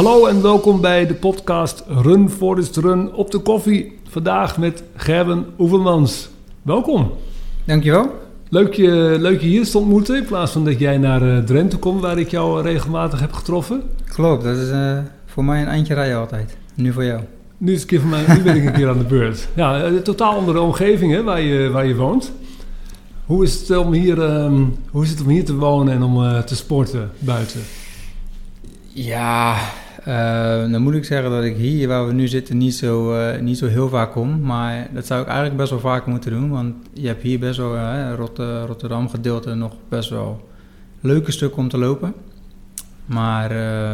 Hallo en welkom bij de podcast Run Forest Run op de koffie. Vandaag met Gerben Oevermans. Welkom. Dankjewel. Leuk je hier te ontmoeten in plaats van dat jij naar Drenthe komt waar ik jou regelmatig heb getroffen. Klopt, dat is voor mij een eindje rijden altijd. Nu voor jou. Nu is het een keer voor mij, nu ben ik een keer aan de beurt. Ja, totaal andere omgeving hè, waar je woont. Hoe is het om hier te wonen en om te sporten buiten? Ja, dan moet ik zeggen dat ik hier waar we nu zitten niet zo heel vaak kom. Maar dat zou ik eigenlijk best wel vaker moeten doen. Want je hebt hier best wel, Rotterdam gedeelte, nog best wel leuke stukken om te lopen. Maar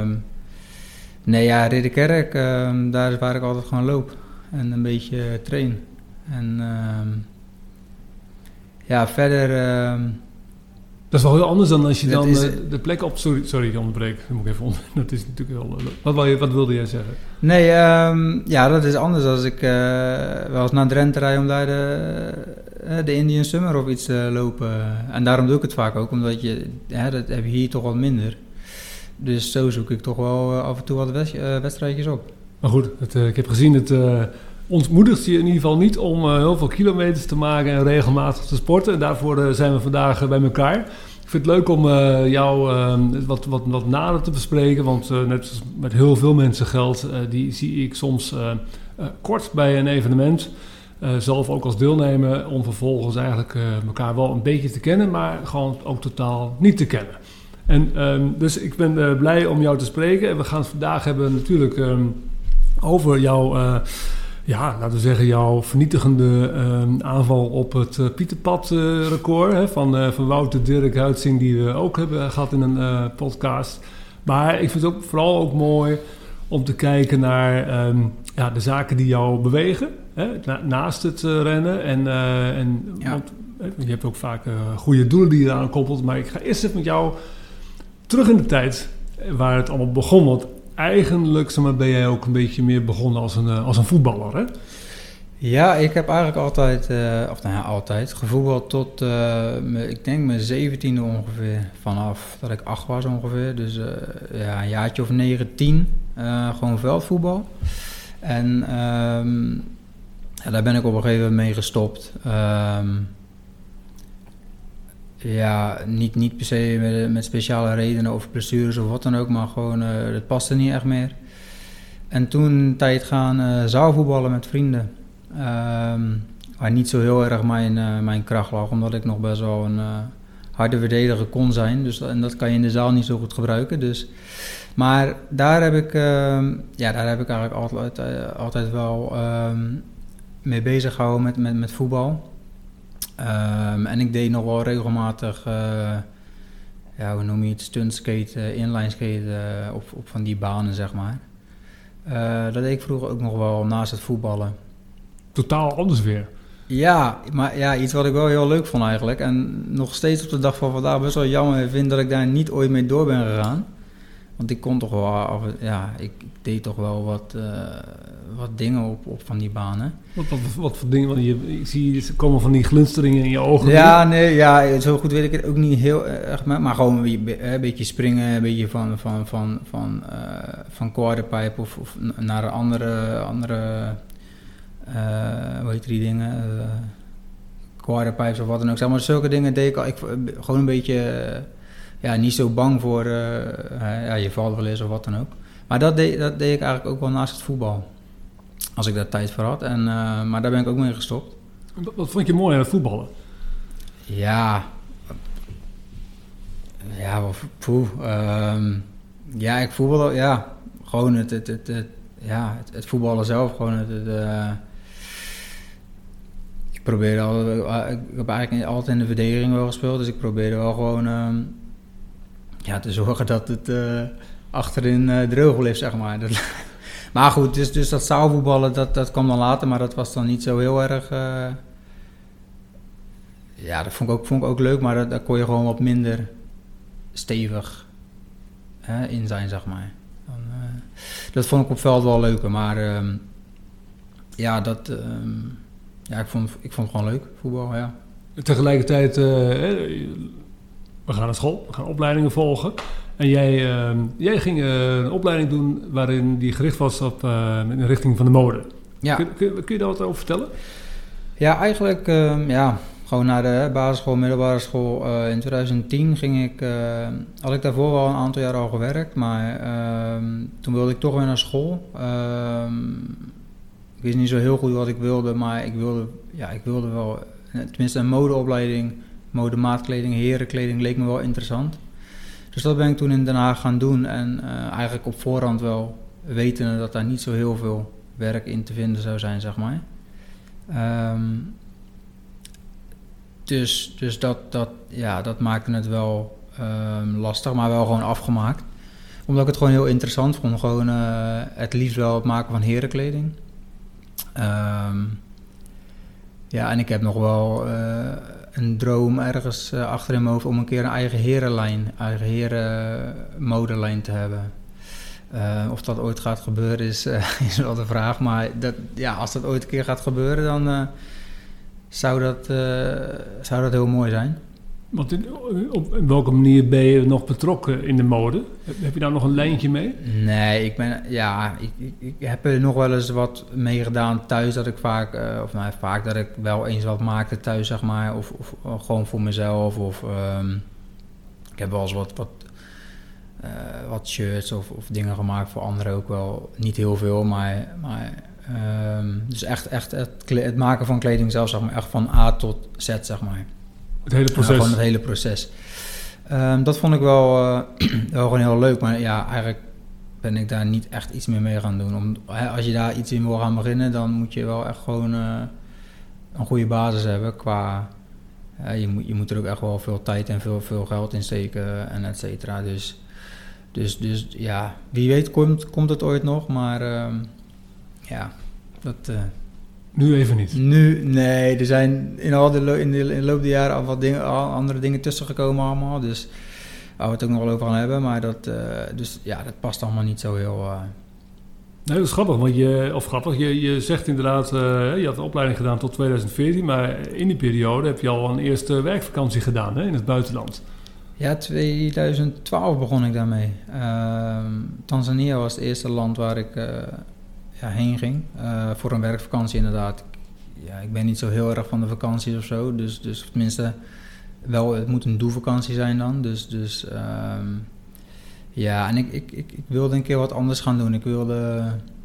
Ridderkerk, daar is waar ik altijd gewoon loop. En een beetje train. En verder... Dat is wel heel anders dan als je dan de plek op... Sorry, ik onderbreek. Dat moet ik even onder. Dat is natuurlijk heel leuk. Wat wilde jij zeggen? Nee, dat is anders als ik wel eens naar Drenthe rijd om daar de Indian Summer of iets te lopen. En daarom doe ik het vaak ook, omdat dat heb je hier toch wat minder. Dus zo zoek ik toch wel af en toe wat wedstrijdjes op. Maar goed, ik heb gezien het... ontmoedigt je in ieder geval niet om heel veel kilometers te maken en regelmatig te sporten. En daarvoor zijn we vandaag bij elkaar. Ik vind het leuk om jou wat nader te bespreken. Want net als met heel veel mensen geldt, die zie ik soms kort bij een evenement. Zelf ook als deelnemer, om vervolgens eigenlijk elkaar wel een beetje te kennen, maar gewoon ook totaal niet te kennen. En dus ik ben blij om jou te spreken. En we gaan het vandaag hebben natuurlijk over jouw... laten we zeggen, jouw vernietigende aanval op het Pieterpad-record van Wouter Dirk Huitzing, die we ook hebben gehad in een podcast. Maar ik vind het ook vooral ook mooi om te kijken naar de zaken die jou bewegen, naast het rennen. Want je hebt ook vaak goede doelen die je eraan koppelt. Maar ik ga eerst even met jou terug in de tijd waar het allemaal begon. Want eigenlijk ben jij ook een beetje meer begonnen als een voetballer, hè? Ja, ik heb eigenlijk altijd gevoetbald tot, ik denk mijn 17e ongeveer. Vanaf dat ik 8 was ongeveer. Dus een jaartje of 9, 10. Gewoon veldvoetbal. En daar ben ik op een gegeven moment mee gestopt. Niet per se met speciale redenen of blessures of wat dan ook, maar gewoon, het paste niet echt meer. En toen een tijd gaan zaalvoetballen met vrienden. Waar niet zo heel erg mijn kracht lag, omdat ik nog best wel een harde verdediger kon zijn. Dus, en dat kan je in de zaal niet zo goed gebruiken. Dus. Maar daar heb ik eigenlijk altijd wel mee bezig gehouden met voetbal. En ik deed nog wel regelmatig, hoe noem je het, stuntskate, inline skate op van die banen, zeg maar. Dat deed ik vroeger ook nog wel naast het voetballen. Totaal anders weer. Ja, maar iets wat ik wel heel leuk vond eigenlijk. En nog steeds op de dag van vandaag best wel jammer vind dat ik daar niet ooit mee door ben gegaan. Want ik kon toch wel ik deed toch wel wat dingen op van die banen. Wat voor dingen? Want ik zie er komen van die glinsteringen in je ogen. Ja, zo goed weet ik het ook niet heel erg. Maar gewoon een beetje springen, een beetje van quarterpipe of naar een andere hoe heet die dingen? Quarterpipes of wat dan ook. Zeg maar, zulke dingen deed ik gewoon een beetje... niet zo bang voor, je valt wel eens of wat dan ook. Maar dat deed ik eigenlijk ook wel naast het voetbal. Als ik daar tijd voor had. Maar daar ben ik ook mee gestopt. Wat vond je mooi aan het voetballen? Ik voetbalde, gewoon het voetballen zelf. Gewoon ik probeerde ik heb eigenlijk altijd in de verdediging wel gespeeld. Dus ik probeerde wel gewoon... te zorgen dat het achterin droog bleef, zeg maar. Maar goed, dus dat zaalvoetballen, dat kwam dan later, maar dat was dan niet zo heel erg... dat vond ik ook leuk, maar daar kon je gewoon wat minder stevig in zijn, zeg maar. Dat vond ik op veld wel leuker, maar ik vond het gewoon leuk, voetbal, ja. Tegelijkertijd, we gaan naar school, we gaan opleidingen volgen. En jij ging een opleiding doen waarin die gericht was op in de richting van de mode. Ja. Kun je daar wat over vertellen? Ja, eigenlijk gewoon naar de basisschool, middelbare school. In 2010 had ik daarvoor wel een aantal jaar al gewerkt, maar toen wilde ik toch weer naar school. Ik wist niet zo heel goed wat ik wilde, maar ik wilde wel, tenminste een modeopleiding, modemaatkleding, herenkleding leek me wel interessant. Dus dat ben ik toen in Den Haag gaan doen en eigenlijk op voorhand wel wetende dat daar niet zo heel veel werk in te vinden zou zijn, zeg maar. Dus dat maakte het wel lastig, maar wel gewoon afgemaakt. Omdat ik het gewoon heel interessant vond. Gewoon het liefst wel het maken van herenkleding. En ik heb nog wel een droom ergens achter in mijn hoofd om een keer een eigen herenmodelijn te hebben. Of dat ooit gaat gebeuren is wel de vraag. Maar als dat ooit een keer gaat gebeuren, dan zou dat heel mooi zijn. Want op welke manier ben je nog betrokken in de mode? Heb je daar nog een lijntje mee? Nee, ik heb er nog wel eens wat mee gedaan thuis. Dat ik vaak dat ik wel eens wat maakte thuis, zeg maar. Of gewoon voor mezelf. Of ik heb wel eens wat shirts of dingen gemaakt voor anderen ook wel. Niet heel veel, maar dus echt het maken van kleding zelf, zeg maar. Echt van A tot Z, zeg maar. Het hele proces? Gewoon het hele proces. Dat vond ik wel gewoon heel leuk. Maar ja, eigenlijk ben ik daar niet echt iets meer mee gaan doen. Als je daar iets in wil gaan beginnen, dan moet je wel echt gewoon een goede basis hebben. Je moet er ook echt wel veel tijd en veel geld in steken en et cetera. Dus ja, wie weet komt het ooit nog. Maar dat... Nu even niet? Nee. Er zijn in de loop der jaren al andere dingen tussen gekomen allemaal. Dus waar we het ook nog wel over gaan hebben. Maar dat past allemaal niet zo heel... Nee, dat is grappig. Want je zegt inderdaad... je had een opleiding gedaan tot 2014. Maar in die periode heb je al een eerste werkvakantie gedaan, hè, in het buitenland. Ja, 2012 begon ik daarmee. Tanzania was het eerste land waar ik... heen ging. Voor een werkvakantie inderdaad. Ik ben niet zo heel erg van de vakanties of zo. Dus tenminste, wel, het moet een doelvakantie zijn dan. En ik wilde een keer wat anders gaan doen. Ik wilde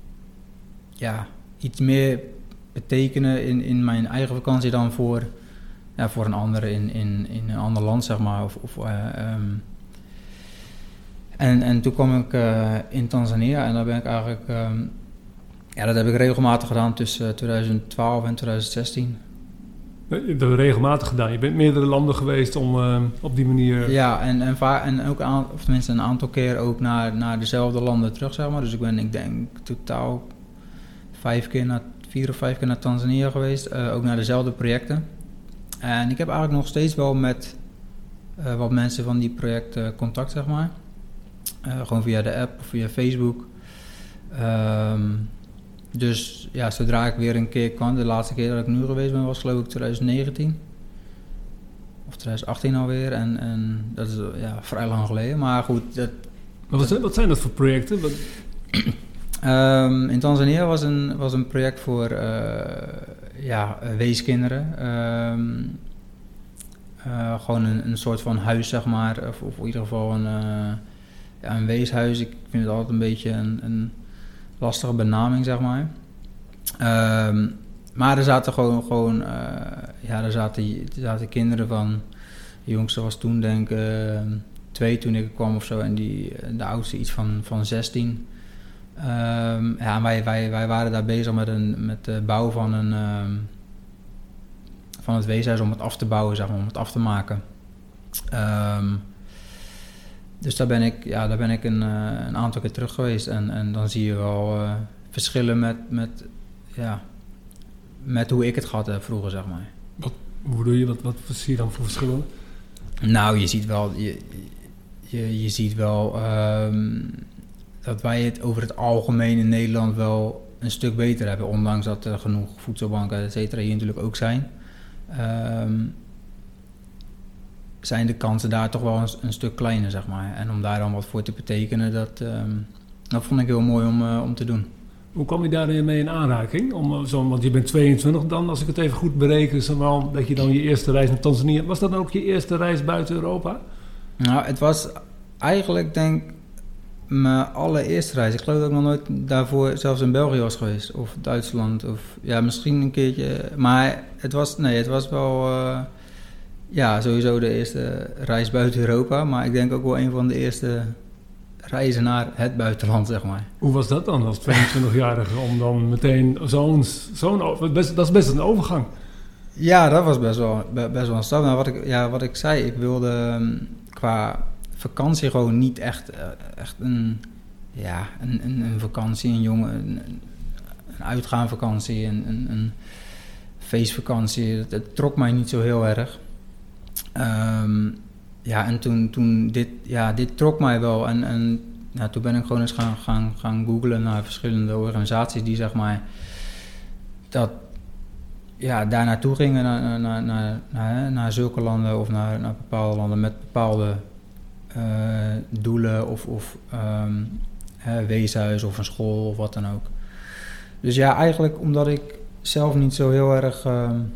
iets meer betekenen in mijn eigen vakantie dan voor een ander in een ander land, zeg maar. En toen kwam ik in Tanzania en daar ben ik eigenlijk... dat heb ik regelmatig gedaan tussen 2012 en 2016. Dat heb je regelmatig gedaan? Je bent meerdere landen geweest om op die manier... Ja, en ook tenminste een aantal keer ook naar dezelfde landen terug, zeg maar. Dus ik denk totaal 4 of 5 keer naar Tanzania geweest. Ook naar dezelfde projecten. En ik heb eigenlijk nog steeds wel met wat mensen van die projecten contact, zeg maar. Gewoon via de app of via Facebook. Dus ja, zodra ik weer een keer kwam, de laatste keer dat ik nu geweest ben was geloof ik 2019. Of 2018 alweer. En dat is vrij lang geleden. Maar goed. Wat zijn dat voor projecten? In Tanzania was een project voor weeskinderen. Gewoon een soort van huis, zeg maar. Of in ieder geval een weeshuis. Ik vind het altijd een beetje een lastige benaming, zeg maar. Maar er zaten er zaten kinderen van... De jongste was toen denk ik 2 toen ik kwam of zo. En de oudste iets van 16. En wij waren daar bezig met de bouw van het weeshuis om het af te bouwen, zeg maar, om het af te maken. Dus daar ben ik een aantal keer terug geweest. En dan zie je wel verschillen met hoe ik het gehad heb vroeger, zeg maar. Hoe bedoel je? Wat zie je dan voor verschillen? Nou, je ziet wel... Je ziet wel dat wij het over het algemeen in Nederland wel een stuk beter hebben. Ondanks dat er genoeg voedselbanken, et cetera, hier natuurlijk ook zijn. zijn de kansen daar toch wel een stuk kleiner, zeg maar. En om daar dan wat voor te betekenen, dat vond ik heel mooi om te doen. Hoe kwam je daarmee in aanraking? Want je bent 22 dan, als ik het even goed bereken, dat je dan je eerste reis naar Tanzania... Was dat dan ook je eerste reis buiten Europa? Nou, het was eigenlijk, denk ik, mijn allereerste reis. Ik geloof dat ik nog nooit daarvoor zelfs in België was geweest. Of Duitsland. Of ja, misschien een keertje. Maar het was wel sowieso de eerste reis buiten Europa. Maar ik denk ook wel een van de eerste reizen naar het buitenland, zeg maar. Hoe was dat dan als 22-jarige om dan meteen dat is best een overgang. Ja, dat was best wel een stap. Nou, wat ik zei, ik wilde qua vakantie gewoon niet echt een vakantie, een uitgaanvakantie, een feestvakantie. Het trok mij niet zo heel erg. En toen dit trok mij wel. En toen ben ik gewoon eens gaan googlen naar verschillende organisaties die, zeg maar, daar naartoe gingen, naar zulke landen of naar bepaalde landen met bepaalde doelen of weeshuis of een school of wat dan ook. Dus ja, eigenlijk omdat ik zelf niet zo heel erg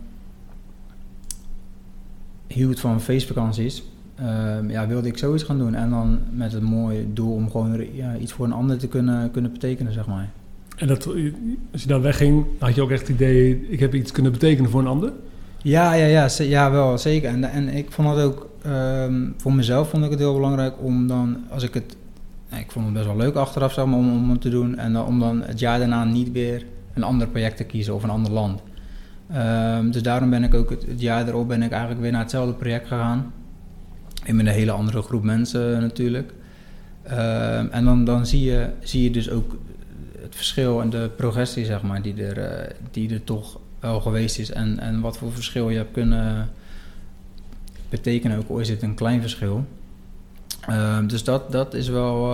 hield van feestvakanties, wilde ik zoiets gaan doen. En dan met het mooie doel om gewoon iets voor een ander te kunnen betekenen, zeg maar. En als je dan wegging, had je ook echt het idee, ik heb iets kunnen betekenen voor een ander? Ja, wel, zeker. En ik vond het ook, voor mezelf vond ik het heel belangrijk om dan, ik vond het best wel leuk achteraf, zeg maar, om het te doen. En om dan het jaar daarna niet weer een ander project te kiezen of een ander land. Dus daarom ben ik ook het jaar erop eigenlijk weer naar hetzelfde project gegaan. En met een hele andere groep mensen natuurlijk. En dan zie je dus ook het verschil en de progressie, zeg maar, die er toch wel geweest is. En wat voor verschil je hebt kunnen betekenen, ook al is het een klein verschil. Dus dat is wel...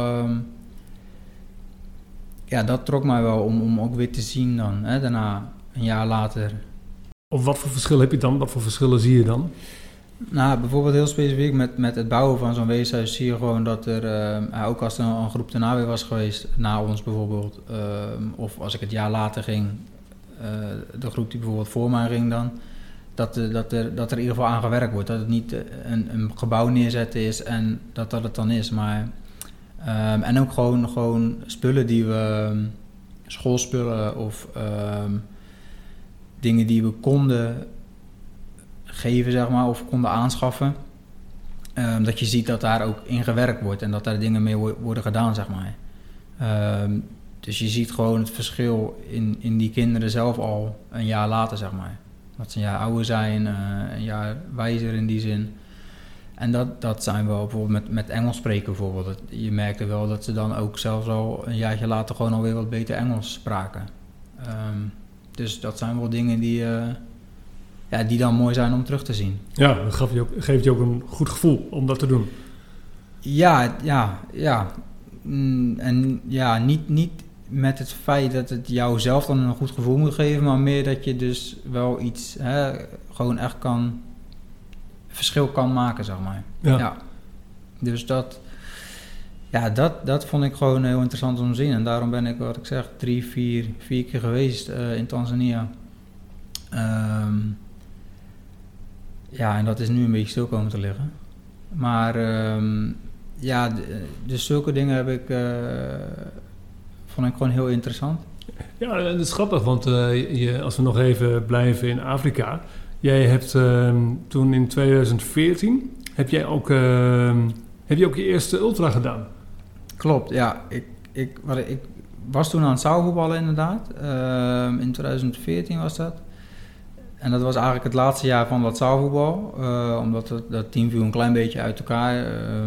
dat trok mij wel om ook weer te zien dan. Hè, daarna, een jaar later. Of wat voor verschil heb je dan? Wat voor verschillen zie je dan? Nou, bijvoorbeeld heel specifiek met het bouwen van zo'n weeshuis zie je gewoon dat er, ook als er een groep daarna weer was geweest, na ons bijvoorbeeld, of als ik het jaar later ging, de groep die bijvoorbeeld voor mij ging dan, dat er in ieder geval aan gewerkt wordt. Dat het niet een gebouw neerzetten is en dat het dan is. Maar, en ook gewoon spullen die we, schoolspullen of dingen die we konden geven, zeg maar, of konden aanschaffen. Dat je ziet dat daar ook in gewerkt wordt en dat daar dingen mee worden gedaan, zeg maar. Dus je ziet gewoon het verschil in die kinderen zelf al een jaar later, zeg maar. Dat ze een jaar ouder zijn, een jaar wijzer in die zin. En dat zijn wel bijvoorbeeld met Engels spreken bijvoorbeeld. Je merkte wel dat ze dan ook zelfs al een jaartje later gewoon alweer wat beter Engels spraken. Dus dat zijn wel dingen die dan mooi zijn om terug te zien. Ja, dat geeft je ook een goed gevoel om dat te doen. Ja. En ja, niet met het feit dat het jou zelf dan een goed gevoel moet geven, maar meer dat je dus wel iets gewoon echt verschil kan maken, zeg maar. Ja. Dus dat vond ik gewoon heel interessant om te zien. En daarom ben ik, wat ik zeg, 3-4 keer geweest in Tanzania. En dat is nu een beetje stil komen te liggen. Maar dus zulke dingen vond ik gewoon heel interessant. Ja, en dat is grappig, want als we nog even blijven in Afrika. Jij hebt toen in 2014, heb je ook je eerste ultra gedaan? Klopt, ja. Ik was toen aan het zaalvoetballen inderdaad. In 2014 was dat. En dat was eigenlijk het laatste jaar van dat zaalvoetbal. Omdat dat team viel een klein beetje uit elkaar.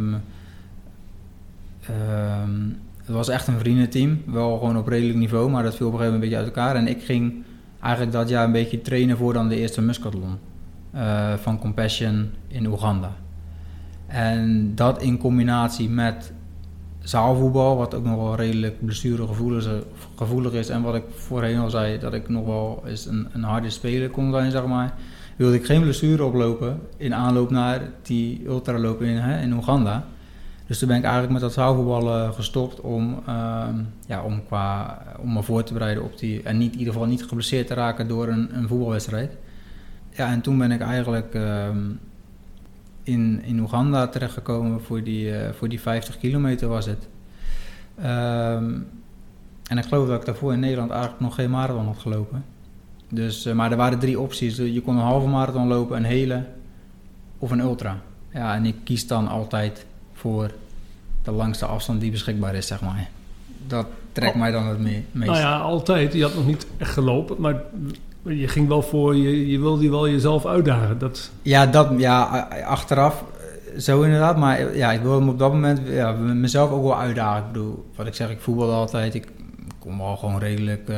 Het was echt een vriendenteam. Wel gewoon op redelijk niveau, maar dat viel op een gegeven moment een beetje uit elkaar. En ik ging eigenlijk dat jaar een beetje trainen voor dan de eerste Muscathlon. Van Compassion in Oeganda. En dat in combinatie met zaalvoetbal, wat ook nog wel redelijk blessuregevoelig is. En wat ik voorheen al zei, dat ik nog wel eens een harde speler kon zijn, zeg maar. wilde ik geen blessure oplopen in aanloop naar die ultraloop in Oeganda. Dus toen ben ik eigenlijk met dat zaalvoetballen gestopt om me voor te bereiden op die... En in ieder geval niet geblesseerd te raken door een voetbalwedstrijd. Ja, en toen ben ik eigenlijk in Oeganda terechtgekomen voor die 50 kilometer was het. En ik geloof dat ik daarvoor in Nederland eigenlijk nog geen marathon had gelopen. Dus, maar er waren 3 opties. Je kon een halve marathon lopen, een hele of een ultra. Ja, en ik kies dan altijd voor de langste afstand die beschikbaar is, zeg maar. Dat trekt mij dan het meest. Nou ja, altijd. Je had nog niet echt gelopen, maar je ging wel voor, je wilde wel jezelf uitdagen. Achteraf zo inderdaad. Maar ja, ik wilde me op dat moment mezelf ook wel uitdagen. Ik bedoel, wat ik zeg, ik voetbalde altijd. Ik kon wel gewoon redelijk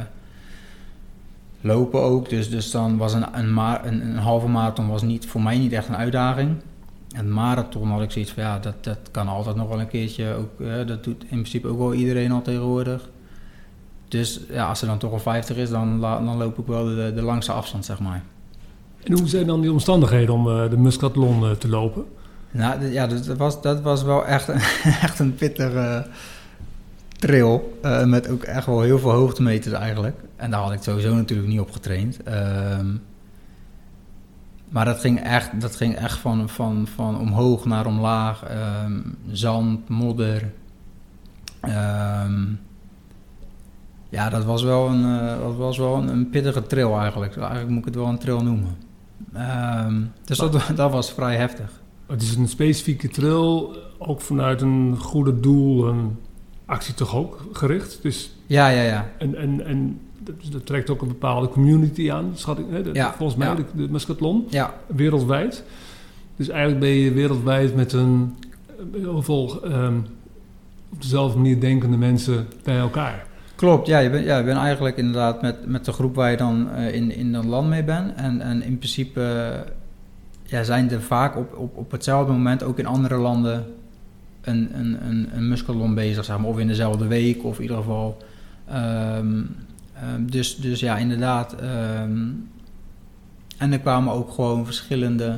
lopen ook. Dus dan was een halve marathon was voor mij niet echt een uitdaging. Een marathon had ik zoiets van, dat kan altijd nog wel een keertje. Ook, dat doet in principe ook wel iedereen al tegenwoordig. Dus ja, als er dan toch al 50 is, dan loop ik wel de langste afstand, zeg maar. En hoe zijn dan die omstandigheden om de Muscatlon te lopen? Nou, ja, dat was wel echt een pittige trail. Met ook echt wel heel veel hoogtemeters eigenlijk. En daar had ik sowieso natuurlijk niet op getraind. Maar dat ging echt van omhoog naar omlaag. Zand, modder. Ja, dat was wel een pittige trail eigenlijk. Eigenlijk moet ik het wel een trail noemen. Dus dat was vrij heftig. Het is een specifieke trail, ook vanuit een goede doel, een actie toch ook gericht? Dus ja. En dat trekt ook een bepaalde community aan, schat ik. Volgens mij de Muscatlon, wereldwijd. Dus eigenlijk ben je wereldwijd met heel veel op dezelfde manier denkende mensen bij elkaar. Klopt, je bent eigenlijk inderdaad met de groep waar je dan in dat land mee bent. En in principe zijn er vaak op hetzelfde moment ook in andere landen een Muscatlon bezig, zeg maar. Of in dezelfde week, of in ieder geval. Dus ja, inderdaad. En er kwamen ook gewoon verschillende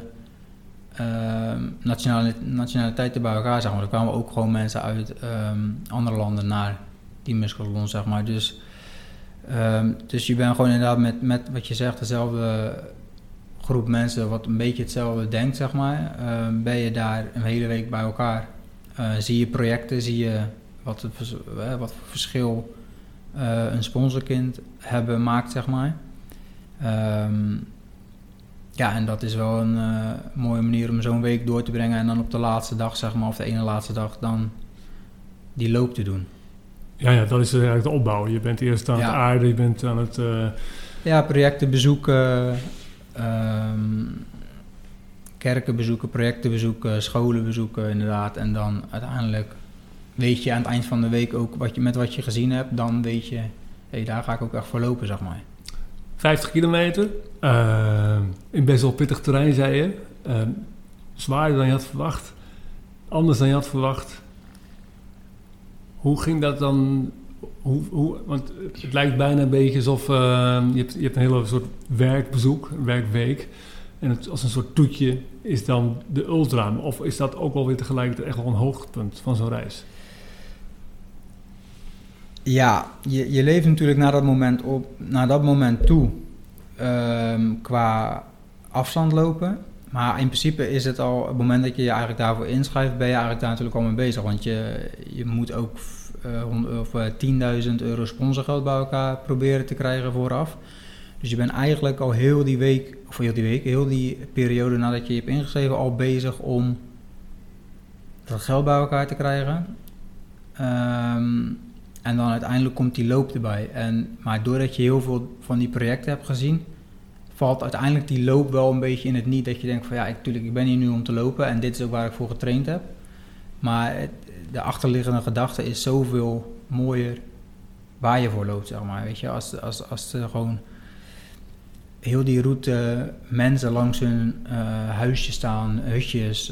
nationaliteiten bij elkaar, zeg maar. Er kwamen ook gewoon mensen uit andere landen naar die Muscatlon, zeg maar. Dus je bent gewoon inderdaad met wat je zegt, dezelfde groep mensen wat een beetje hetzelfde denkt, zeg maar. Ben je daar een hele week bij elkaar. Zie je projecten, zie je wat voor verschil een sponsorkind maakt, zeg maar. En dat is wel een mooie manier om zo'n week door te brengen en dan op de laatste dag, zeg maar, of de ene laatste dag dan die loop te doen. Ja, dat is eigenlijk de opbouw. Je bent eerst aan het aarden, je bent aan het... projecten bezoeken, kerken bezoeken, projecten bezoeken, scholen bezoeken, inderdaad. En dan uiteindelijk weet je aan het eind van de week ook wat je gezien hebt. Dan weet je, daar ga ik ook echt voor lopen, zeg maar. 50 kilometer, in best wel pittig terrein, zei je. Zwaarder dan je had verwacht, anders dan je had verwacht. Hoe ging dat dan? Want het lijkt bijna een beetje alsof je hebt een hele soort werkbezoek, een werkweek. En het, als een soort toetje is dan de ultra. Of is dat ook wel weer tegelijkertijd echt wel een hoogtepunt van zo'n reis? Ja, je leeft natuurlijk naar dat moment toe qua afstand lopen. Maar in principe is het al, op het moment dat je eigenlijk daarvoor inschrijft, ben je eigenlijk daar natuurlijk al mee bezig. Want je moet ook 10.000 euro sponsorgeld bij elkaar proberen te krijgen vooraf. Dus je bent eigenlijk al heel die periode nadat je hebt ingeschreven al bezig om dat geld bij elkaar te krijgen. En dan uiteindelijk komt die loop erbij. Maar doordat je heel veel van die projecten hebt gezien, valt uiteindelijk die loop wel een beetje in het niet. Dat je denkt van ik ben hier nu om te lopen en dit is ook waar ik voor getraind heb. Maar de achterliggende gedachte is zoveel mooier waar je voor loopt, zeg maar. Weet je, als er gewoon heel die route mensen langs hun huisjes staan, hutjes.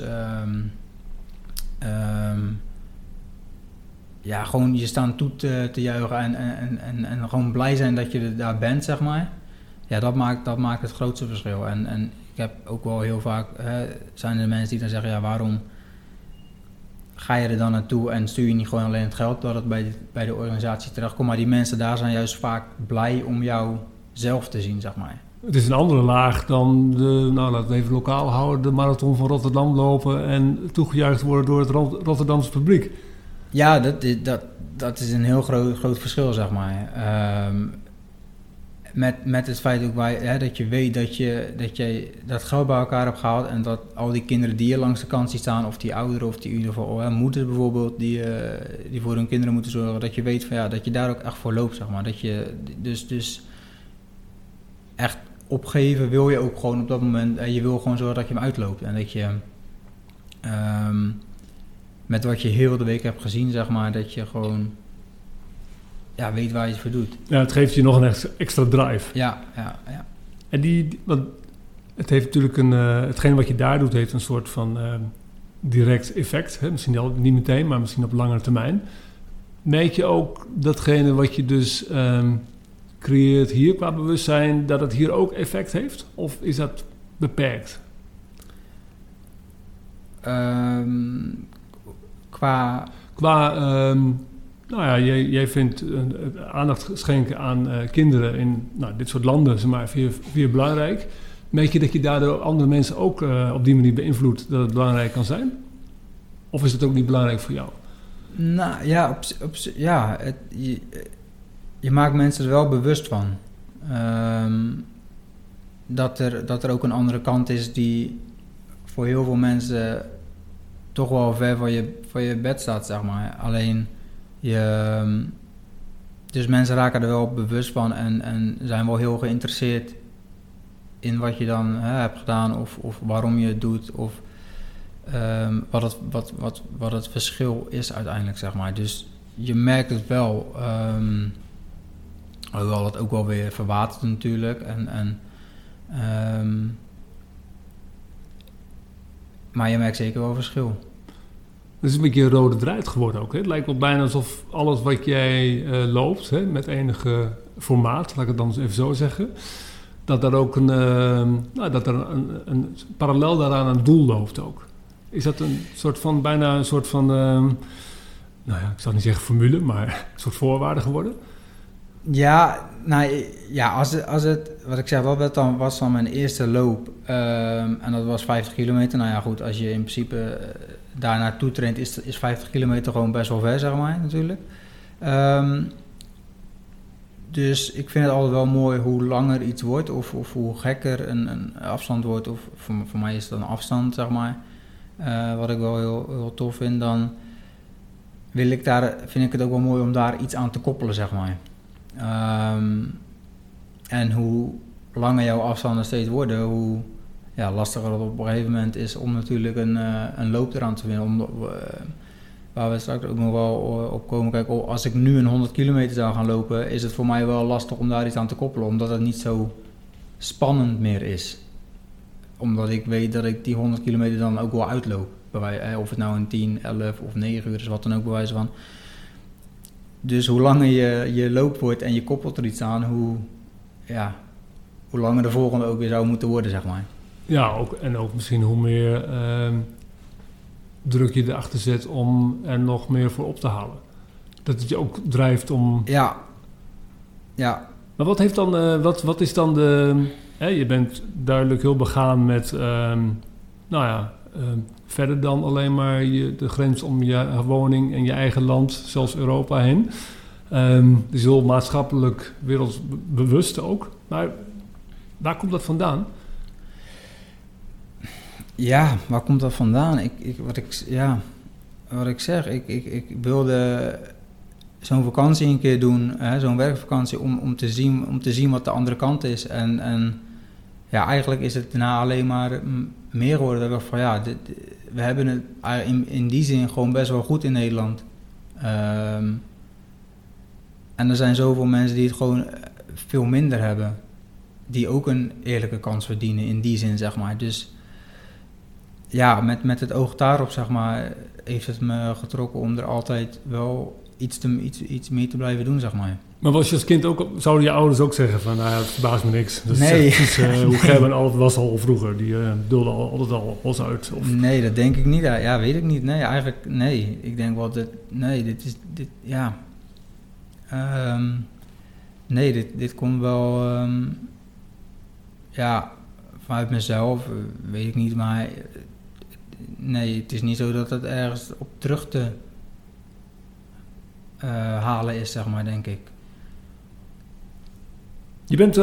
Gewoon je staan toe te juichen en gewoon blij zijn dat je daar bent, zeg maar. Ja, dat maakt het grootste verschil. En ik heb ook wel heel vaak, zijn er mensen die dan zeggen, ja, waarom ga je er dan naartoe en stuur je niet gewoon alleen het geld dat het bij de organisatie terechtkomt. Maar die mensen daar zijn juist vaak blij om jou zelf te zien, zeg maar. Het is een andere laag dan laten we het even lokaal houden, de marathon van Rotterdam lopen en toegejuicht worden door het Rotterdamse publiek. Ja, dat is een heel groot verschil, zeg maar. Met het feit ook dat je weet dat je dat geld bij elkaar hebt gehaald en dat al die kinderen die je langs de kant ziet staan, of die ouderen, of die in ieder geval moeders bijvoorbeeld, die voor hun kinderen moeten zorgen, dat je weet van dat je daar ook echt voor loopt, zeg maar. Dat je dus echt opgeven wil je ook gewoon op dat moment. Je wil gewoon zorgen dat je hem uitloopt en dat je met wat je heel de week hebt gezien, zeg maar, dat je gewoon weet waar je het voor doet. Ja, het geeft je nog een extra drive. Ja. En want het heeft natuurlijk hetgeen wat je daar doet, heeft een soort van direct effect. Hè? Misschien niet meteen, maar misschien op langere termijn. Merk je ook datgene wat je dus creëert hier qua bewustzijn, dat het hier ook effect heeft? Of is dat beperkt? Jij vindt aandacht schenken aan kinderen in dit soort landen, zeg maar, vind je belangrijk. Merk je dat je daardoor andere mensen ook op die manier beïnvloedt dat het belangrijk kan zijn? Of is het ook niet belangrijk voor jou? Nou ja, je maakt mensen er wel bewust van. Dat er ook een andere kant is die voor heel veel mensen toch wel ver van je bed staat, zeg maar. Alleen, dus mensen raken er wel bewust van en zijn wel heel geïnteresseerd in wat je dan hebt gedaan of waarom je het doet of wat het verschil is uiteindelijk, zeg maar. Dus je merkt het wel, hoewel het ook wel weer verwatert natuurlijk. Maar je merkt zeker wel verschil. Het is een beetje een rode draad geworden ook. Hè? Het lijkt wel bijna alsof alles wat jij loopt, met enige formaat, laat ik het dan even zo zeggen, dat er ook een parallel daaraan een doel loopt ook. Is dat een soort van, bijna een soort van, ik zal niet zeggen formule, maar een soort voorwaarde geworden? Ja, als het wat ik zeg, was dan mijn eerste loop en dat was 50 kilometer. Nou ja, goed, als je in principe daar naartoe traint, is 50 kilometer gewoon best wel ver, zeg maar, natuurlijk. Dus ik vind het altijd wel mooi hoe langer iets wordt of hoe gekker een afstand wordt. Of voor mij is het een afstand, zeg maar, wat ik wel heel, heel tof vind. Dan vind ik het ook wel mooi om daar iets aan te koppelen, zeg maar. En hoe langer jouw afstanden steeds worden, hoe lastiger het op een gegeven moment is om natuurlijk een loop eraan te vinden. Waar we straks ook nog wel op komen. Kijk, als ik nu een 100 kilometer zou gaan lopen, is het voor mij wel lastig om daar iets aan te koppelen, omdat het niet zo spannend meer is. Omdat ik weet dat ik die 100 kilometer dan ook wel uitloop. Of het nou een 10, 11 of 9 uur is, wat dan ook bij wijze van. Dus hoe langer je loopt wordt en je koppelt er iets aan, hoe langer de volgende ook weer zou moeten worden, zeg maar. Ja, ook misschien hoe meer druk je erachter zet om er nog meer voor op te halen. Dat het je ook drijft om... Ja. Maar wat heeft dan, wat is dan de... je bent duidelijk heel begaan met, verder dan alleen maar de grens om je woning en je eigen land, zelfs Europa heen. Dus heel maatschappelijk wereldbewust ook. Maar waar komt dat vandaan? Ja, waar komt dat vandaan? Wat ik zeg, ik wilde zo'n vakantie een keer doen, zo'n werkvakantie, om te zien wat de andere kant is. En eigenlijk is het daarna alleen maar meer geworden. Dat ik dacht van we hebben het in die zin gewoon best wel goed in Nederland. En er zijn zoveel mensen die het gewoon veel minder hebben, die ook een eerlijke kans verdienen in die zin, zeg maar. Dus met het oog daarop, zeg maar, heeft het me getrokken om er altijd wel iets meer te blijven doen, zeg maar. Maar was je als kind ook, zouden je ouders ook zeggen van, nou ja, het verbaast me niks. Dus nee. Hoe Gerben altijd was al vroeger, die dulde altijd al los uit. Of... Nee, dat denk ik niet. Ja, weet ik niet. Nee, eigenlijk, nee. Ik denk wel dat, dit komt wel, vanuit mezelf, weet ik niet, maar nee, het is niet zo dat het ergens op terug te halen is, zeg maar, denk ik. Je bent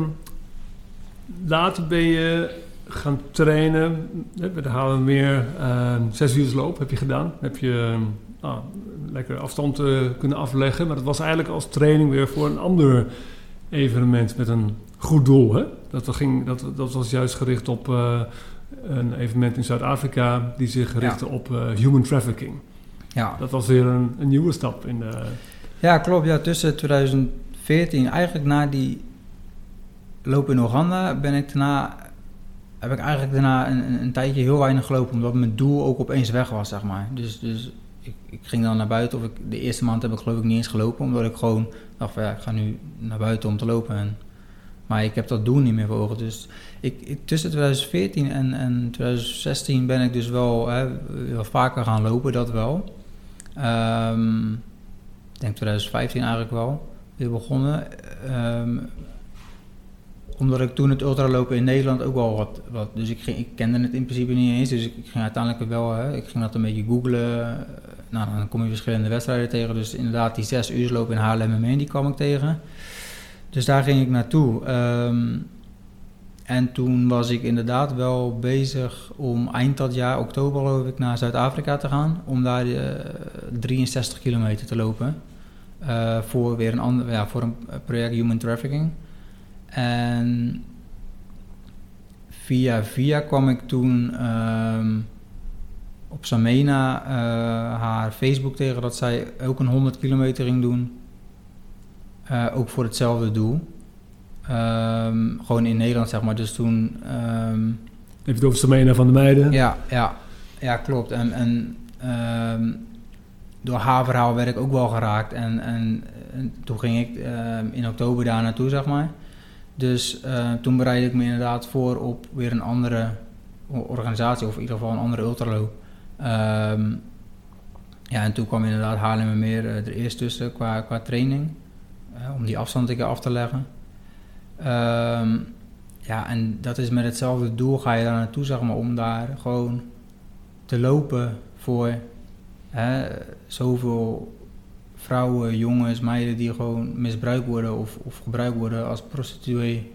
later ben je gaan trainen bij de Haarlemmermeer, 6 uur loop heb je gedaan. Heb je lekker afstand kunnen afleggen, maar dat was eigenlijk als training weer voor een ander evenement met een goed doel. Hè? Dat was juist gericht op een evenement in Zuid-Afrika die zich richtte op human trafficking. Ja. Dat was weer een nieuwe stap in de... Ja, klopt. Ja, tussen 2014, eigenlijk na die loop in Oeganda, heb ik eigenlijk daarna een tijdje heel weinig gelopen, omdat mijn doel ook opeens weg was, zeg maar. Dus ik ging dan naar buiten, de eerste maand heb ik geloof ik niet eens gelopen, omdat ik gewoon dacht van ik ga nu naar buiten om te lopen. Maar ik heb dat doel niet meer voor ogen. Dus tussen 2014 en 2016 ben ik dus wel vaker gaan lopen, dat wel. Ik denk 2015 eigenlijk wel weer begonnen. Omdat ik toen het ultralopen in Nederland ook wel wat... Dus ik kende het in principe niet eens. Dus ik ging uiteindelijk wel... ik ging dat een beetje googlen. Nou, dan kom je verschillende wedstrijden tegen. Dus inderdaad, die 6 uur loop in Haarlemmermeer, die kwam ik tegen. Dus daar ging ik naartoe. En toen was ik inderdaad wel bezig om eind dat jaar, oktober geloof ik, naar Zuid-Afrika te gaan. Om daar 63 kilometer te lopen. Voor weer voor een project Human Trafficking. En via kwam ik toen op Samena haar Facebook tegen dat zij ook een 100 kilometer ging doen. Ook voor hetzelfde doel. Gewoon in Nederland, zeg maar. Dus toen... Heb je het over Samena van de Meiden? Ja, klopt. En door haar verhaal werd ik ook wel geraakt. En toen ging ik in oktober daar naartoe, zeg maar. Dus toen bereidde ik me inderdaad voor op weer een andere organisatie, of in ieder geval een andere ultraloop. En toen kwam inderdaad Haarlemmermeer er eerst tussen qua training, om die afstand een keer af te leggen. En dat is met hetzelfde doel, ga je daar naartoe, zeg maar, om daar gewoon te lopen voor zoveel vrouwen, jongens, meiden die gewoon misbruikt worden of gebruikt worden als prostituee.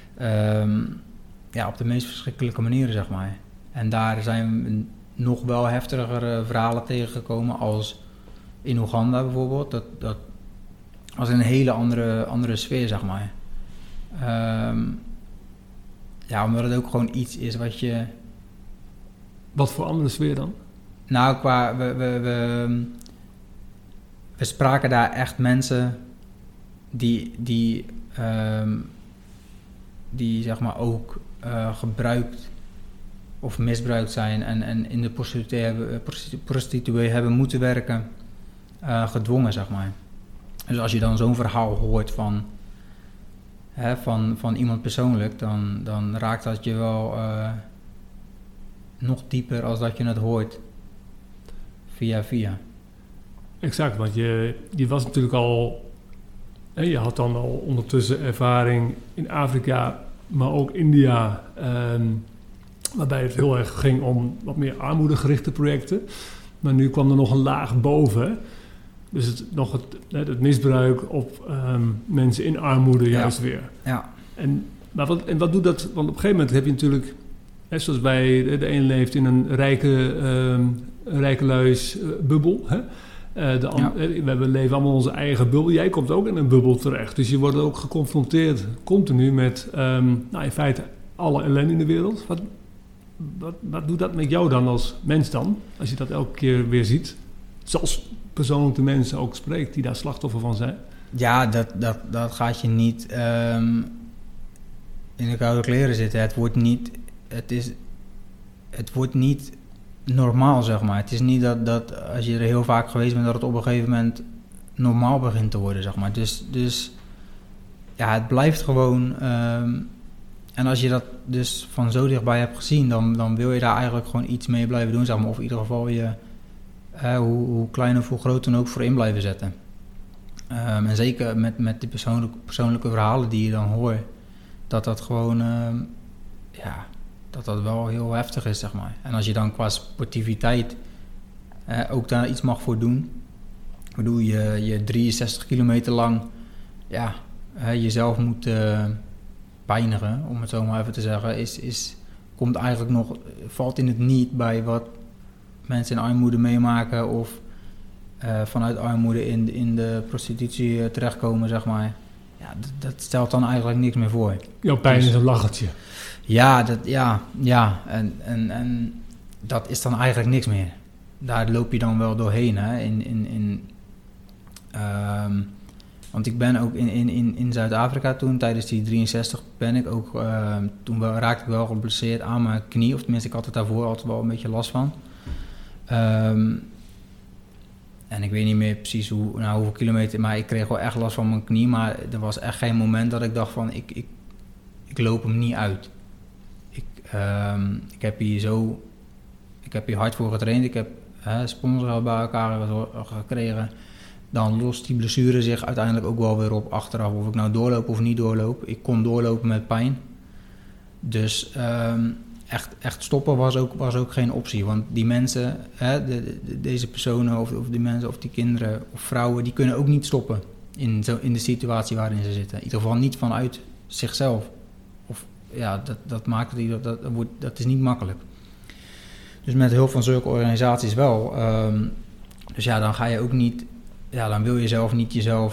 Op de meest verschrikkelijke manieren, zeg maar. En daar zijn we nog wel heftigere verhalen tegengekomen als in Oeganda bijvoorbeeld. Dat was een hele andere sfeer, zeg maar. Omdat het ook gewoon iets is wat je... Wat voor andere sfeer dan? Nou, we spraken daar echt mensen die zeg maar ook gebruikt of misbruikt zijn en in de prostituee hebben moeten werken, gedwongen, zeg maar. Dus als je dan zo'n verhaal hoort van iemand persoonlijk, dan raakt dat je wel nog dieper als dat je het hoort via. Exact, want je was natuurlijk al... Je had dan al ondertussen ervaring in Afrika, maar ook India, waarbij het heel erg ging om wat meer armoedegerichte projecten. Maar nu kwam er nog een laag boven. Dus het misbruik op mensen in armoede juist weer. Ja. En wat doet dat? Want op een gegeven moment heb je natuurlijk... zoals bij de een leeft in een rijke luis bubbel. Hè? We leven allemaal onze eigen bubbel. Jij komt ook in een bubbel terecht. Dus je wordt ook geconfronteerd continu met in feite alle ellende in de wereld. Wat doet dat met jou dan als mens dan? Als je dat elke keer weer ziet. Zoals persoonlijk de mensen ook spreekt die daar slachtoffer van zijn. Ja, dat gaat je niet in de koude kleren zitten. Het wordt niet normaal, zeg maar. Het is niet dat als je er heel vaak geweest bent, dat het op een gegeven moment normaal begint te worden, zeg maar. Dus ja, het blijft gewoon... en als je dat dus van zo dichtbij hebt gezien, dan wil je daar eigenlijk gewoon iets mee blijven doen, zeg maar. Of in ieder geval je, hoe klein of hoe groot dan ook, voor in blijven zetten. En zeker met die persoonlijke verhalen die je dan hoort, dat gewoon, dat wel heel heftig is, zeg maar. En als je dan qua sportiviteit ook daar iets mag voor doen, waardoor je 63 kilometer lang, jezelf moet pijnigen, om het zo maar even te zeggen, komt eigenlijk nog, valt in het niet bij wat mensen in armoede meemaken of vanuit armoede in de prostitutie terechtkomen, zeg maar. Ja, dat stelt dan eigenlijk niks meer voor. Jouw pijn is een lachertje. Ja. En dat is dan eigenlijk niks meer. Daar loop je dan wel doorheen, hè. Want ik ben ook in Zuid-Afrika toen, tijdens die 63, ben ik ook... raakte ik wel geblesseerd aan mijn knie. Of tenminste, ik had het daarvoor altijd wel een beetje last van. En ik weet niet meer precies hoeveel kilometer... Maar ik kreeg wel echt last van mijn knie. Maar er was echt geen moment dat ik dacht van... Ik loop hem niet uit. Ik heb hier hard voor getraind. Ik heb sponsoren bij elkaar gekregen. Dan lost die blessure zich uiteindelijk ook wel weer op achteraf. Of ik nou doorloop of niet doorloop. Ik kon doorlopen met pijn. Dus echt stoppen was ook geen optie. Want die mensen, deze personen of die mensen of die kinderen of vrouwen... die kunnen ook niet stoppen in de situatie waarin ze zitten. In ieder geval niet vanuit zichzelf. Of ja, dat maakt het... Dat is niet makkelijk. Dus met hulp van zulke organisaties wel. Dus ja, dan ga je ook niet... Ja, dan wil je zelf niet jezelf...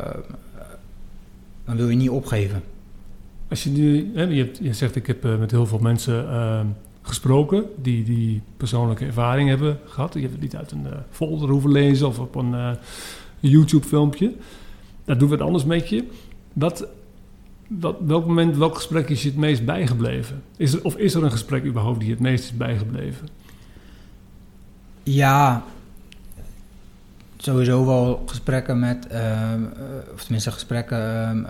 dan wil je niet opgeven. Als je nu... je zegt, ik heb met heel veel mensen gesproken... die persoonlijke ervaring hebben gehad. Je hebt het niet uit een folder hoeven lezen... of op een YouTube-filmpje. Dat doet wat anders met je. Welk gesprek is je het meest bijgebleven? Is er een gesprek überhaupt die het meest is bijgebleven? Ja... Sowieso wel gesprekken met, of tenminste gesprekken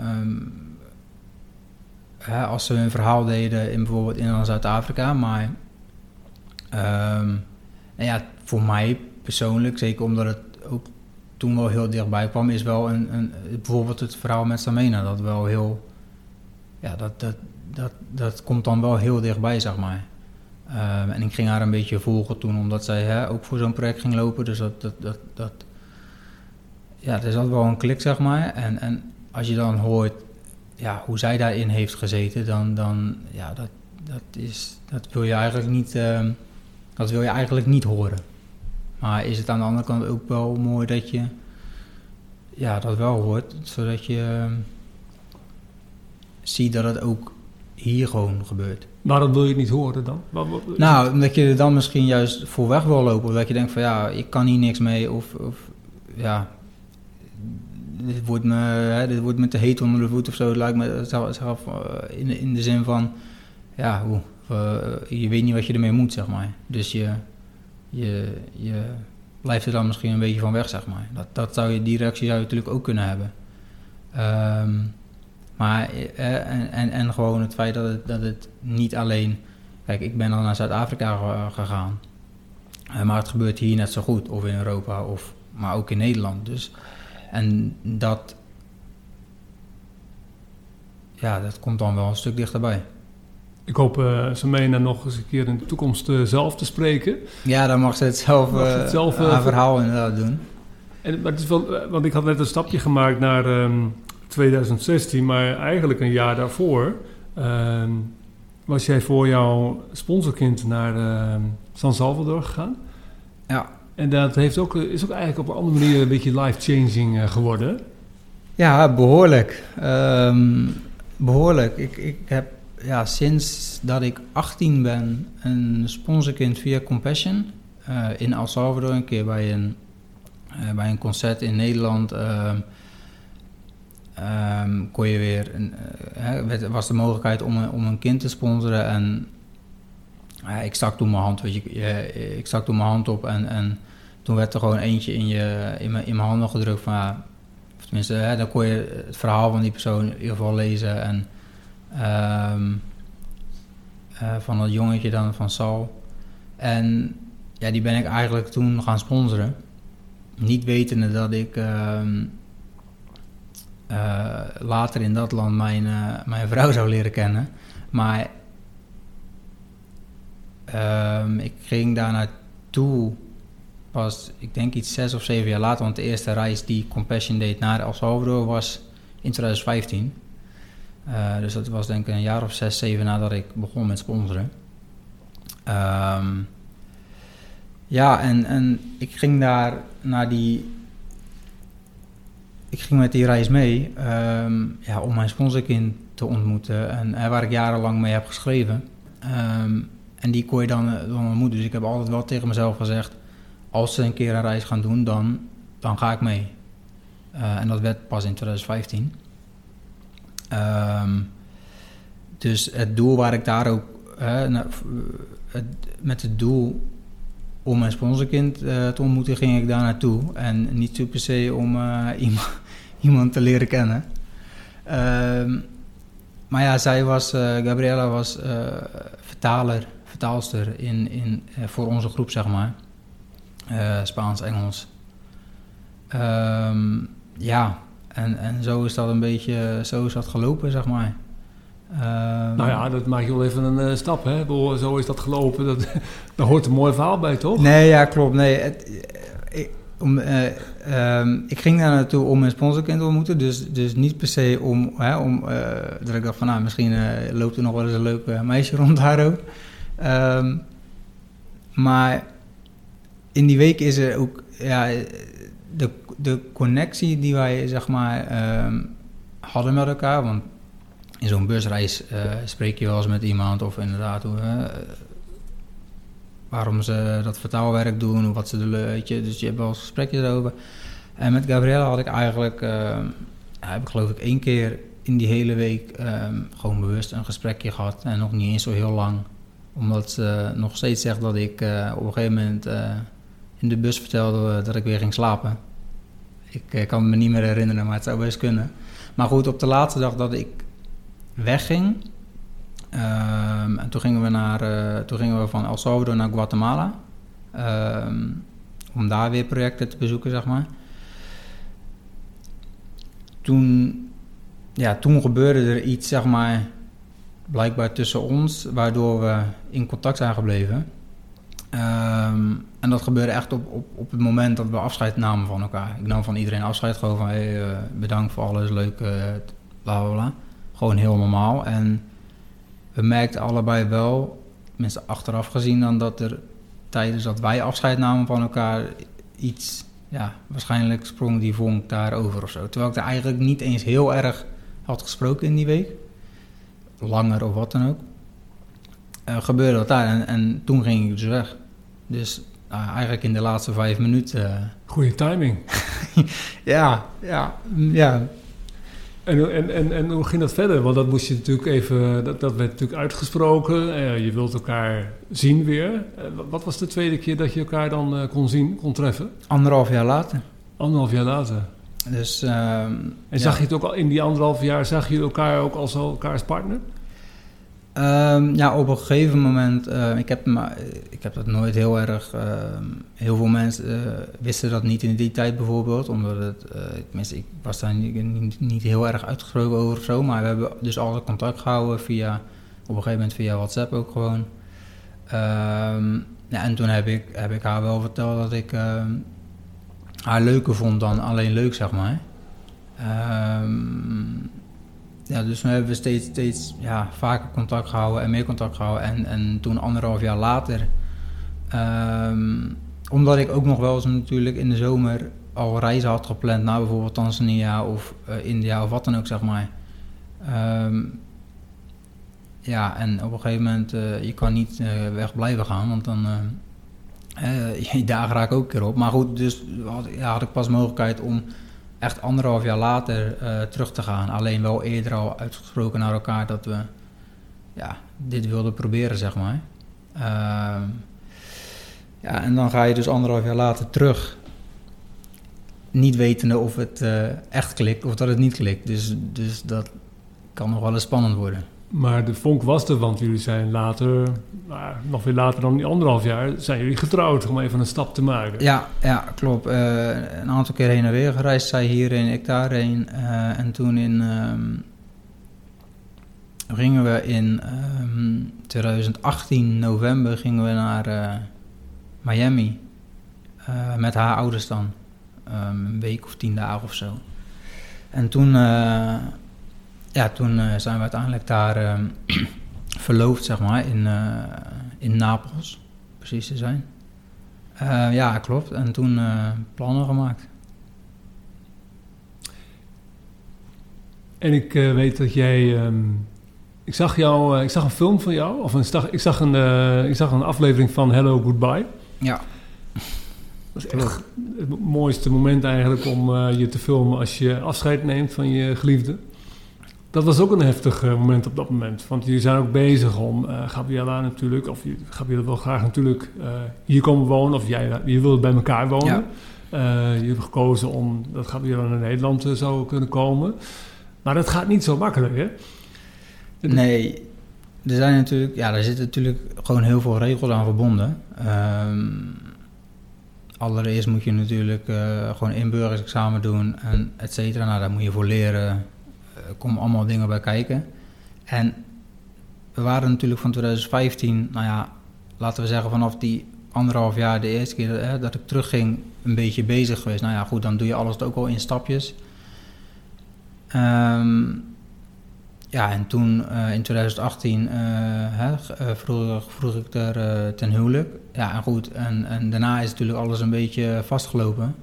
als ze hun verhaal deden bijvoorbeeld in Zuid-Afrika. Maar voor mij persoonlijk, zeker omdat het ook toen wel heel dichtbij kwam, is wel bijvoorbeeld het verhaal met Samena. Dat wel heel, dat komt dan wel heel dichtbij, zeg maar. En ik ging haar een beetje volgen toen, omdat zij ook voor zo'n project ging lopen. Dus er zat wel een klik, zeg maar. En als je dan hoort hoe zij daarin heeft gezeten, dan dat wil je eigenlijk niet, dat wil je eigenlijk niet horen. Maar is het aan de andere kant ook wel mooi dat je dat wel hoort, zodat je ziet dat het ook hier gewoon gebeurt. Waarom wil je het niet horen dan? Nou, omdat je er dan misschien juist voor weg wil lopen. Of dat je denkt van ik kan hier niks mee. Of dit wordt me te heet onder de voet of zo. Het lijkt me zelf in de zin van... je weet niet wat je ermee moet, zeg maar. Dus je blijft er dan misschien een beetje van weg, zeg maar. Die reactie zou je natuurlijk ook kunnen hebben. Maar en gewoon het feit dat het niet alleen... Kijk, ik ben dan naar Zuid-Afrika gegaan. Maar het gebeurt hier net zo goed. Of in Europa, maar ook in Nederland. Dus, en dat komt dan wel een stuk dichterbij. Ik hoop Samena nog eens een keer in de toekomst zelf te spreken. Ja, dan mag ze het zelf haar verhaal inderdaad doen. Maar het is wel, want ik had net een stapje gemaakt naar 2016, maar eigenlijk een jaar daarvoor was jij voor jouw sponsorkind naar San Salvador gegaan. Ja. En dat is ook eigenlijk op een andere manier een beetje life-changing geworden. Ja, behoorlijk. Behoorlijk. Ik heb sinds dat ik 18 ben een sponsorkind via Compassion in El Salvador een keer bij een concert in Nederland kon je weer was de mogelijkheid om een kind te sponsoren en ik stak toen mijn hand, ik stak toen mijn hand op en toen werd er gewoon eentje in mijn handen gedrukt van... Ja, of tenminste, dan kon je het verhaal van die persoon in ieder geval lezen. En van dat jongetje dan, van Sal. En ja, die ben ik eigenlijk toen gaan sponsoren. Niet wetende dat ik later in dat land mijn vrouw zou leren kennen. Maar ik ging daar naartoe pas, ik denk iets 6 of 7 jaar later. Want de eerste reis die Compassion deed naar El Salvador was in 2015. Dus dat was denk ik een jaar of 6, 7 nadat ik begon met sponsoren. Ja, en ik ging daar naar ik ging met die reis mee om mijn sponsorkind te ontmoeten. En waar ik jarenlang mee heb geschreven. En die kon je dan ontmoeten. Dus ik heb altijd wel tegen mezelf gezegd... als ze een keer een reis gaan doen, dan ga ik mee. En dat werd pas in 2015. Dus het doel waar ik daar ook... met het doel om mijn sponsorkind te ontmoeten, ging ik daar naartoe. En niet zo per se om iemand te leren kennen. Maar ja, Gabriella was vertaalster voor onze groep, zeg maar. Spaans, Engels. En zo is dat een beetje, zo is dat gelopen, zeg maar. Nou ja, dat maak je wel even een stap, hè? Zo is dat gelopen. Daar hoort een mooi verhaal bij, toch? Nee, ja, klopt. Nee, ik ging daar naartoe om mijn sponsorkind te ontmoeten. Dus niet per se om dat ik dacht van, misschien loopt er nog wel eens een leuk meisje rond daar ook. Maar in die week is er ook de connectie die wij, zeg maar, hadden met elkaar. Want in zo'n busreis spreek je wel eens met iemand of inderdaad waarom ze dat vertaalwerk doen of wat ze doen, weet je. Dus je hebt wel eens gesprekjes erover. En met Gabriella had ik eigenlijk, heb ik geloof ik 1 keer in die hele week gewoon bewust een gesprekje gehad. En nog niet eens zo heel lang. Omdat ze nog steeds zegt dat ik op een gegeven moment in de bus vertelde dat ik weer ging slapen. Ik kan het me niet meer herinneren, maar het zou best kunnen. Maar goed, op de laatste dag dat ik wegging. En toen gingen we van El Salvador naar Guatemala. Om daar weer projecten te bezoeken, zeg maar. Toen gebeurde er iets, zeg maar, blijkbaar tussen ons, waardoor we in contact zijn gebleven. En dat gebeurde echt op het moment dat we afscheid namen van elkaar. Ik nam van iedereen afscheid, gewoon van bedankt voor alles, leuk, bla bla bla. Gewoon heel normaal. En we merkten allebei wel, tenminste achteraf gezien, dan dat er tijdens dat wij afscheid namen van elkaar iets, waarschijnlijk sprong die vonk daarover of zo. Terwijl ik er eigenlijk niet eens heel erg had gesproken in die week. Langer of wat dan ook. Gebeurde dat daar en toen ging ik dus weg. Dus eigenlijk in de laatste 5 minuten... Goeie timing. Ja. En hoe ging dat verder? Want dat moest je natuurlijk even... Dat werd natuurlijk uitgesproken. Je wilt elkaar zien weer. Wat was de tweede keer dat je elkaar dan kon treffen? 1,5 jaar later. 1,5 jaar later. Dus, en zag je het ook al in die 1,5 jaar... Zag je elkaar ook als elkaars partner? Op een gegeven moment... Ik heb dat nooit heel erg... heel veel mensen wisten dat niet in die tijd bijvoorbeeld. Omdat het... tenminste, ik was daar niet heel erg uitgesproken over of zo. Maar we hebben dus altijd contact gehouden op een gegeven moment via WhatsApp ook gewoon. En toen heb ik haar wel verteld dat ik haar leuker vond dan alleen leuk, zeg maar. Dus toen hebben we steeds vaker contact gehouden en meer contact gehouden. En toen 1,5 jaar later, omdat ik ook nog wel eens natuurlijk in de zomer al reizen had gepland naar bijvoorbeeld Tanzania of India of wat dan ook, zeg maar. En op een gegeven moment, je kan niet weg blijven gaan, want dan je dagen raken ook een keer op. Maar goed, dus had ik pas mogelijkheid om echt 1,5 jaar later terug te gaan. Alleen wel eerder al uitgesproken naar elkaar dat we dit wilden proberen, zeg maar. Ja, en dan ga je dus 1,5 jaar later terug. Niet wetende of het echt klikt of dat het niet klikt. Dus dat kan nog wel eens spannend worden. Maar de vonk was er, want jullie zijn later, nog weer later dan die 1,5 jaar, zijn jullie getrouwd om even een stap te maken. Ja, klopt. Een aantal keer heen en weer gereisd. Zij hierheen, ik daarheen. En toen gingen we in 2018 november gingen we naar Miami. Met haar ouders dan. Een week of 10 dagen of zo. En toen zijn we uiteindelijk daar verloofd, zeg maar, in Napels, precies te zijn. Ja, klopt. En toen plannen gemaakt. En ik weet dat jij... ik zag een film van jou, of ik zag een aflevering van Hello Goodbye. Ja. Dat is echt het mooiste moment eigenlijk om je te filmen als je afscheid neemt van je geliefde. Dat was ook een heftig moment op dat moment. Want jullie zijn ook bezig om Gabriella natuurlijk, of Gabriella wil graag natuurlijk hier komen wonen, of je wilde bij elkaar wonen. Ja. Je hebt gekozen om dat Gabriella naar Nederland zou kunnen komen. Maar dat gaat niet zo makkelijk, hè? Nee, daar zitten natuurlijk gewoon heel veel regels aan verbonden. Allereerst moet je natuurlijk gewoon inburgeringsexamen doen en et cetera. Nou, daar moet je voor leren. Er komen allemaal dingen bij kijken. En we waren natuurlijk van 2015, laten we zeggen vanaf die 1,5 jaar de eerste keer dat ik terugging, een beetje bezig geweest. Nou ja, goed, dan doe je alles ook al in stapjes. En toen in 2018 vroeg ik er ten huwelijk. Ja, en goed. En daarna is natuurlijk alles een beetje vastgelopen.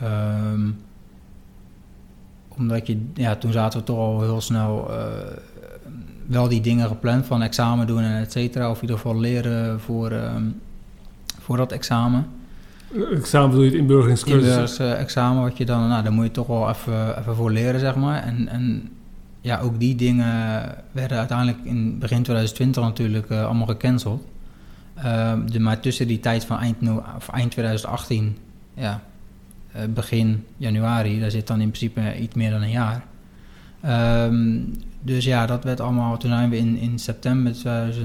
Omdat toen zaten we toch al heel snel wel die dingen gepland van examen doen en et cetera. Of in ieder geval leren voor dat examen. Examen bedoel je het inburgeringscursus? Inburgeringsexamen, wat je dan, daar moet je toch wel even voor leren, zeg maar. En ja, ook die dingen werden uiteindelijk in begin 2020 natuurlijk allemaal gecanceld. Maar tussen die tijd van eind 2018, begin januari, daar zit dan in principe iets meer dan een jaar. Dus ja, dat werd allemaal. Toen zijn we in september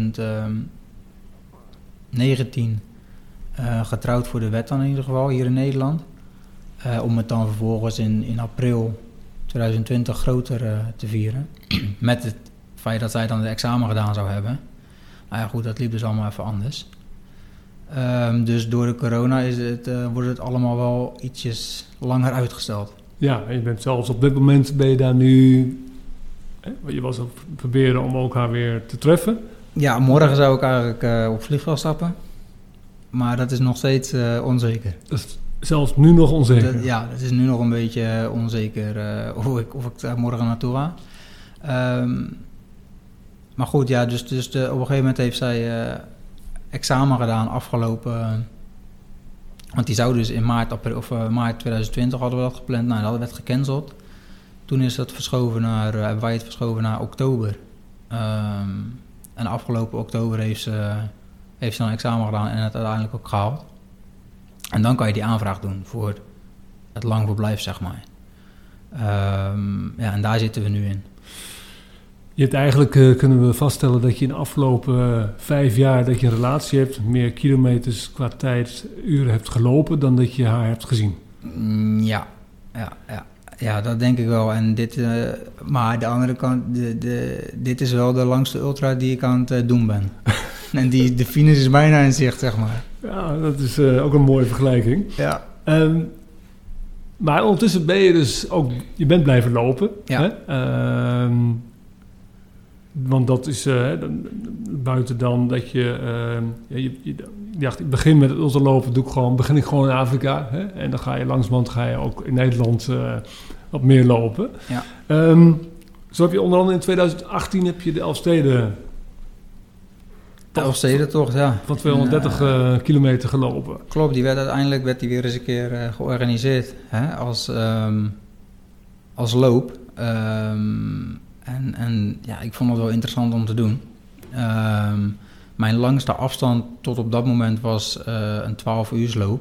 2019 getrouwd voor de wet dan in ieder geval, hier in Nederland. Om het dan vervolgens in april 2020 groter te vieren. Met het feit dat zij dan het examen gedaan zou hebben. Nou ja, goed, dat liep dus allemaal even anders. Dus door de corona wordt het allemaal wel ietsjes langer uitgesteld. Ja, en je bent zelfs op dit moment ben je daar nu... Je was op proberen om elkaar weer te treffen. Ja, morgen zou ik eigenlijk op vliegveld stappen. Maar dat is nog steeds onzeker. Dat is zelfs nu nog onzeker? Dat is nu nog een beetje onzeker of ik daar morgen naartoe ga. Maar goed, ja, dus op een gegeven moment heeft zij examen gedaan afgelopen... Want die zou dus in maart 2020 hadden we dat gepland. Nou, dat werd gecanceld. Toen is dat hebben wij het verschoven naar oktober. En afgelopen oktober heeft ze een examen gedaan en het uiteindelijk ook gehaald. En dan kan je die aanvraag doen voor het lang verblijf, zeg maar. En daar zitten we nu in. Je hebt eigenlijk, kunnen we vaststellen dat je in de afgelopen 5 jaar dat je een relatie hebt, meer kilometers qua tijd, uren hebt gelopen dan dat je haar hebt gezien. Ja, dat denk ik wel. En maar de andere kant, dit is wel de langste ultra die ik aan het doen ben. En de finish is bijna in zicht, zeg maar. Ja, dat is ook een mooie vergelijking. Ja. Maar ondertussen ben je dus ook... Je bent blijven lopen. Ja. Hè? Want dat is buiten dan dat je dacht, ik begin met het ultralopen, begin ik gewoon in Afrika. Hè? En dan ga je langzamerhand ook in Nederland wat meer lopen. Ja. Zo heb je onder andere in 2018 heb je de Elfsteden... De Elfstedentocht, ja. Van 230 kilometer gelopen. Klopt, uiteindelijk weer eens een keer georganiseerd, hè, als loop. En ik vond het wel interessant om te doen. Mijn langste afstand tot op dat moment was een 12-uursloop.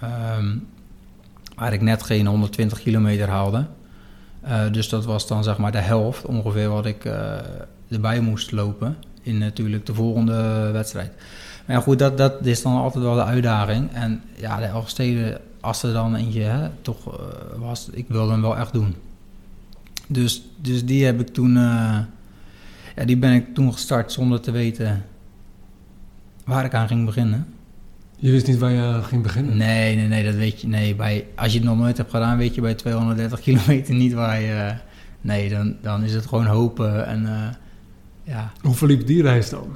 Waar ik net geen 120 kilometer haalde. Dus dat was dan zeg maar de helft ongeveer wat ik erbij moest lopen. In natuurlijk de volgende wedstrijd. Maar ja, goed, dat is dan altijd wel de uitdaging. En ja, de Elfsteden, als er dan eentje toch was, ik wilde hem wel echt doen. Dus die heb ik toen... die ben ik toen gestart zonder te weten waar ik aan ging beginnen. Je wist niet waar je aan ging beginnen? Nee, dat weet je. Nee, als je het nog nooit hebt gedaan, weet je bij 230 kilometer niet waar je... Nee, dan is het gewoon hopen en ja. Hoe verliep die reis dan?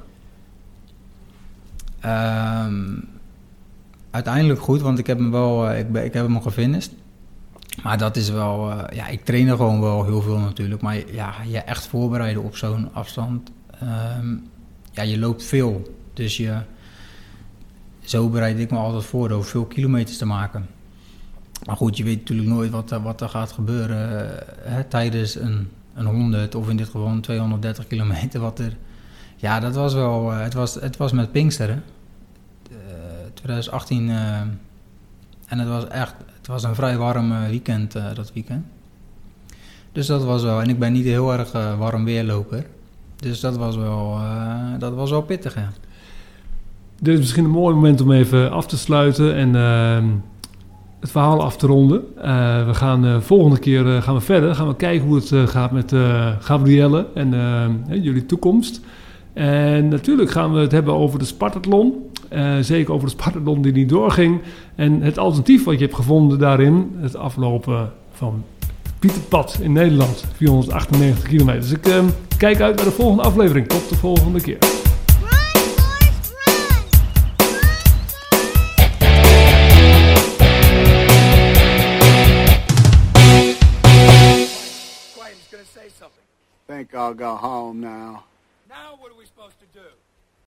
Uiteindelijk goed, want ik heb hem wel... ik heb hem gefinished. Maar dat is wel... ik train er gewoon wel heel veel natuurlijk. Maar ja, je echt voorbereiden op zo'n afstand... je loopt veel. Dus zo bereid ik me altijd voor door veel kilometers te maken. Maar goed, je weet natuurlijk nooit wat er gaat gebeuren tijdens een 100 of in dit geval een 230 kilometer. Ja, dat was wel... Het was met Pinksteren. 2018. En het was een vrij warm weekend, dat weekend. Dus dat was wel... En ik ben niet heel erg warm weerloper. Dus dat was wel pittig, ja. Dit is misschien een mooi moment om even af te sluiten en het verhaal af te ronden. We gaan volgende keer gaan we verder. Gaan we kijken hoe het gaat met Gabrielle en jullie toekomst. En natuurlijk gaan we het hebben over de Spartathlon. Zeker over de Spartathlon die niet doorging. En het alternatief wat je hebt gevonden daarin. Het aflopen van Pieterpad in Nederland. 498 kilometer. Dus ik kijk uit naar de volgende aflevering. Tot de volgende keer. Think I'll go home now. Now what are we supposed to do?